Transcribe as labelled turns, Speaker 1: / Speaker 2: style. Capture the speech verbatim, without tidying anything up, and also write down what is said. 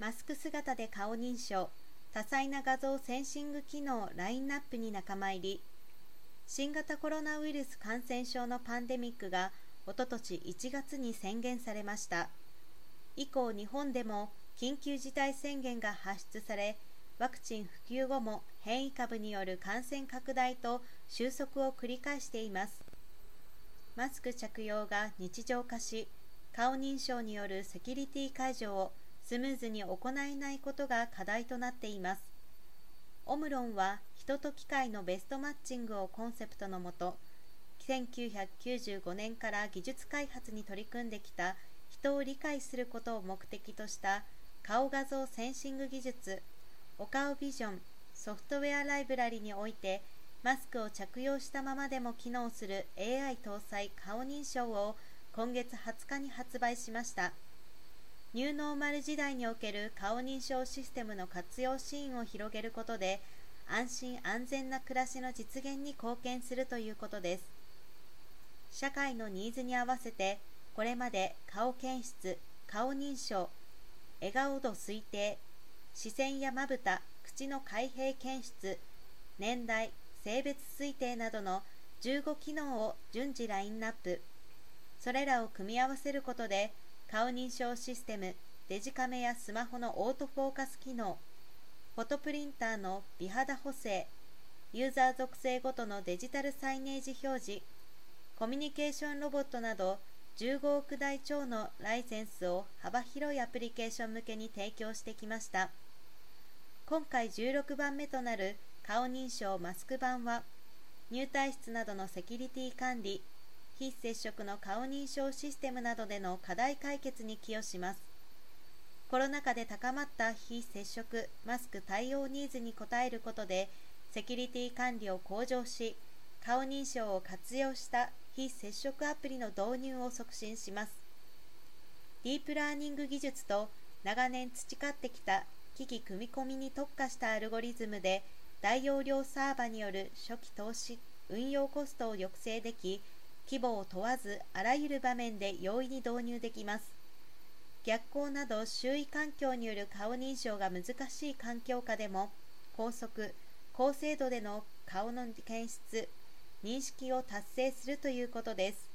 Speaker 1: マスク姿で顔認証、多彩な画像センシング機能ラインナップに仲間入り。新型コロナウイルス感染症のパンデミックがおととしいちがつに宣言されました。以降、日本でも緊急事態宣言が発出され、ワクチン普及後も変異株による感染拡大と収束を繰り返しています。マスク着用が日常化し、顔認証によるセキュリティ解除をスムーズに行えないことが課題となっています。オムロンは人と機械のベストマッチングをコンセプトのもと、せんきゅうひゃくきゅうじゅうごねんから技術開発に取り組んできた人を理解することを目的とした顔画像センシング技術、お顔ビジョンソフトウェアライブラリにおいて、マスクを着用したままでも機能する エーアイ 搭載顔認証を今月はつかに発売しました。ニューノーマル時代における顔認証システムの活用シーンを広げることで、安心安全な暮らしの実現に貢献するということです。社会のニーズに合わせて、これまで顔検出、顔認証、笑顔度推定、視線やまぶた、口の開閉検出、年代、性別推定などのじゅうご機能を順次ラインナップ。それらを組み合わせることで、顔認証システム、デジカメやスマホのオートフォーカス機能、フォトプリンターの美肌補正、ユーザー属性ごとのデジタルサイネージ表示、コミュニケーションロボットなどじゅうごおくだい超のライセンスを幅広いアプリケーション向けに提供してきました。今回じゅうろくばんめとなる顔認証マスク版は、入退室などのセキュリティ管理、非接触の顔認証システムなどでの課題解決に寄与します。コロナ禍で高まった非接触マスク対応ニーズに応えることで、セキュリティ管理を向上し、顔認証を活用した非接触アプリの導入を促進します。ディープラーニング技術と長年培ってきた機器組み込みに特化したアルゴリズムで、大容量サーバによる初期投資、運用コストを抑制でき、規模を問わずあらゆる場面で容易に導入できます。逆光など周囲環境による顔認証が難しい環境下でも、高速、高精度での顔の検出、認識を達成するということです。